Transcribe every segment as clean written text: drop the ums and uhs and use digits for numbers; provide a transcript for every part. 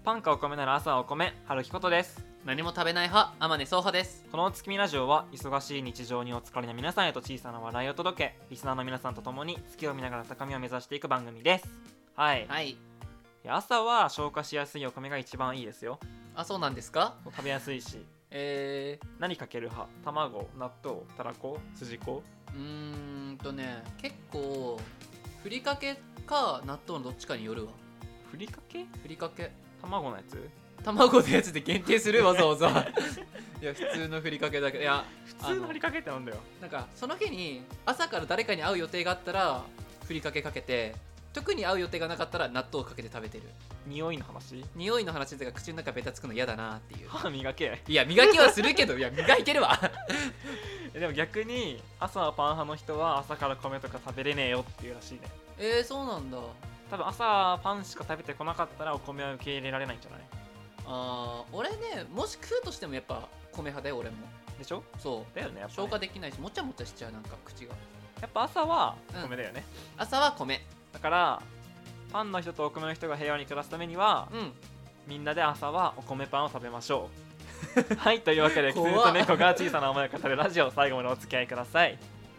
パンかお米なら朝はお米、春樹ことです。 何も食べない派、天音総派です。 この月見ラジオは忙しい日常にお疲れの皆さんへと小さな笑いを届け、リスナーの皆さんと共に月を見ながら高みを目指していく番組です。はい、 はい。 いや朝は消化しやすいお米が一番いいですよ。 あ、そうなんですか？ 食べやすいし。何かける派？卵、納豆、たらこ、筋子？ 結構ふりかけか納豆のどっちかによるわ。 ふりかけ？ ふりかけ。 卵のやつ？ 卵のやつで限定するわざわざいや普通のふりかけだけど、いや普通のふりかけってなんだよ。 なんかその日に朝から誰かに会う予定があったらふりかけかけて、特に会う予定がなかったら納豆をかけて食べてる。 匂いの話？ 匂いの話とか口の中ベタつくの嫌だなっていう。 歯磨け。 いや磨きはするけど、いや磨いてるわでも逆に朝はパン派の人は朝から米とか食べれねえよっていうらしいね。 そうなんだ。 多分朝パンしか食べてこなかったらお米は受け入れられないんじゃない？ 俺ね、もし食うとしてもやっぱ米派だよ俺も。 でしょ？ そうだよね、やっぱね、 消化できないしもちゃもちゃしちゃう、なんか口が。 やっぱ朝は米だよね、 朝は米だからパンの人とお米の人が平和に暮らすためには、みんなで朝はお米パンを食べましょうはい、というわけで、キツネと猫が小さな思いを語るラジオ、最後までお付き合いください。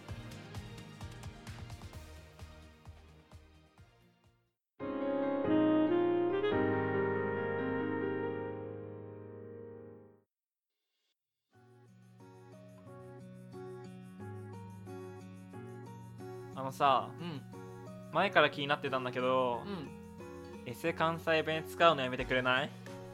あのさ、前から気になってたんだけど、エセ関西弁使うのやめてくれない？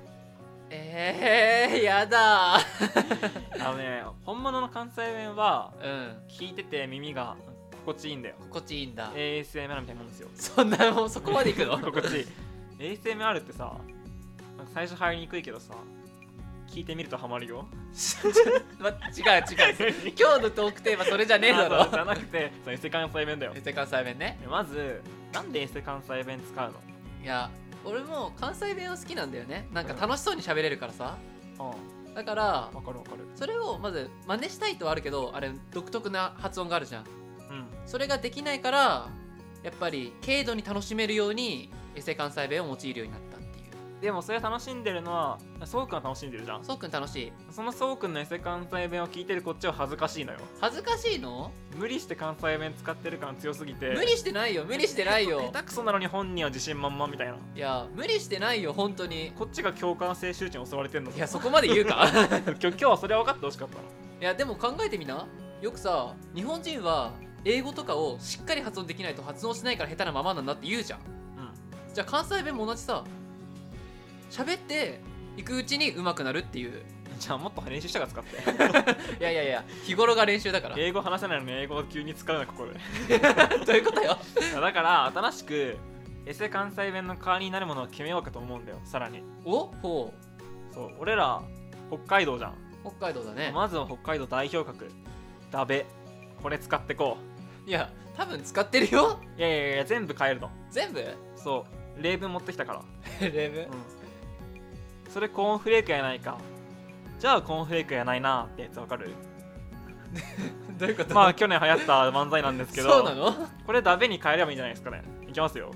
やだ本物の関西弁は、聞いてて耳が心地いいんだよ。 心地いいんだ。 ASMR みたいなもんですよ。 そんなもうそこまでいくの心地いいASMR ってさ、なんか最初入りにくいけどさ、聞いてみるとハマるよ違う今日のトークテーマそれじゃねえだろじゃなくて、エセ関西弁だよ。 エセ関西弁ね。 まずなんでエセ関西弁使うの？ いや俺も関西弁は好きなんだよね。なんか楽しそうに喋れるからさ、だからわかるそれをまず真似したいとはあるけど、あれ独特な発音があるじゃん。それができないから、やっぱり軽度に楽しめるようにエセ関西弁を用いるようになったっていう。 でもそれ楽しんでるのはそうくんは楽しんでるじゃん。 そうくん楽しい。 そのそうくんのエセ関西弁を聞いてるこっちは恥ずかしいのよ。 恥ずかしいの？ 無理して関西弁使ってる感強すぎて。 無理してないよ無理してないよ下手くそなのに本人は自信満々みたいな。 いや無理してないよ本当に。 こっちが共感性周知に襲われてんの。 いやそこまで言うか今日はそれは分かってほしかったの。 いやでも考えてみな。よくさ、日本人は英語とかをしっかり発音できないと発音しないから下手なままなんだって言うじゃん。じゃあ関西弁も同じさ、喋っていくうちに上手くなるっていう。 じゃあもっと練習したから使っていや日頃が練習だから。 英語話せないのに英語を急に使うなここでどういうことよだから新しくエセ関西弁の代わりになるものを決めようかと思うんだよ。さらにほうそう、俺ら北海道じゃん。 北海道だね。 まずは北海道代表格ダベ、これ使ってこう。いや多分使ってるよ。 いや全部変えるの。 全部？ そう例文持ってきたから例文？ それコーンフレークやないか。じゃあコーンフレークやないなってやつわかる？ どういうこと？ まあ去年流行った漫才なんですけどそうなの？ これダベに変えればいいんじゃないですかね。いきますよ、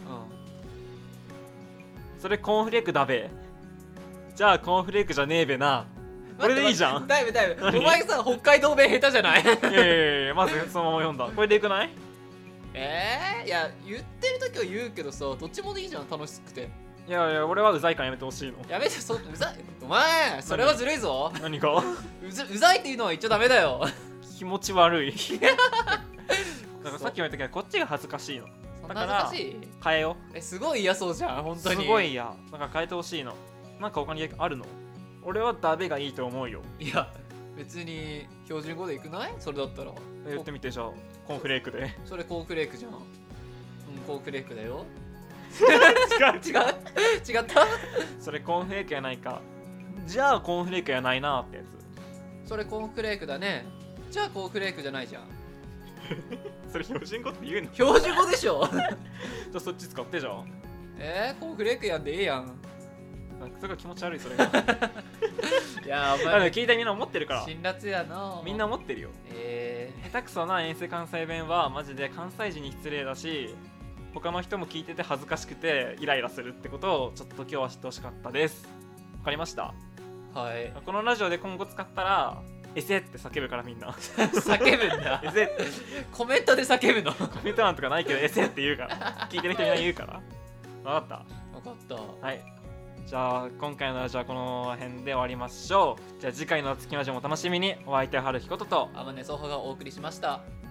それコーンフレークダベ、じゃあコーンフレークじゃねえべな。これでいいじゃん。 だいぶお前さ北海道弁下手じゃない？いやまずそのまま読んだ。これでいくない？ いや言ってる時は言うけどさ、どっちもでいいじゃん楽しくて。 いや俺はうざいからやめてほしいの。 やめて、うざい。お前それはずるいぞ。 何かうざいっていうのは言っちゃダメだよ。 気持ち悪いだからさっきも言ったけどこっちが恥ずかしいの。 そんな恥ずかしい？ 変えよう。すごい嫌そうじゃん本当に。 すごい嫌だから変えてほしいの。なんか他にあるの？俺はダベがいいと思うよ。 いや別に標準語でいくない？それだったら言ってみて。じゃあコーンフレークで。 それコーンフレークじゃん。コーンフレークだよ。違ったそれコーンフレークやないか。じゃあコーンフレークやないなってやつ。それコーンフレークだね。じゃあコーンフレークじゃないじゃんそれ標準語って言うの？ 標準語でしょじゃあそっち使ってじゃん。 コーンフレークやんでええやん。 なんかそれが気持ち悪いそれがいやお前聞いたみんな思ってるから。 辛辣やな。 みんな思ってるよ。下手くそなエセ関西弁はマジで関西人に失礼だし、 他の人も聞いてて恥ずかしくてイライラするってことをちょっと今日は知ってほしかったです。わかりました？ はい。 このラジオで今後使ったらエセって叫ぶからみんな叫ぶんだ。 エセってコメントで叫ぶの。 コメント欄とかないけどエセって言うから聞いてる人みんな言うから分かった。 はい、じゃあ今回のラジオはこの辺で終わりましょう。じゃあ次回の月のラジオもお楽しみに。お相手は春彦と天音奏法がお送りしました。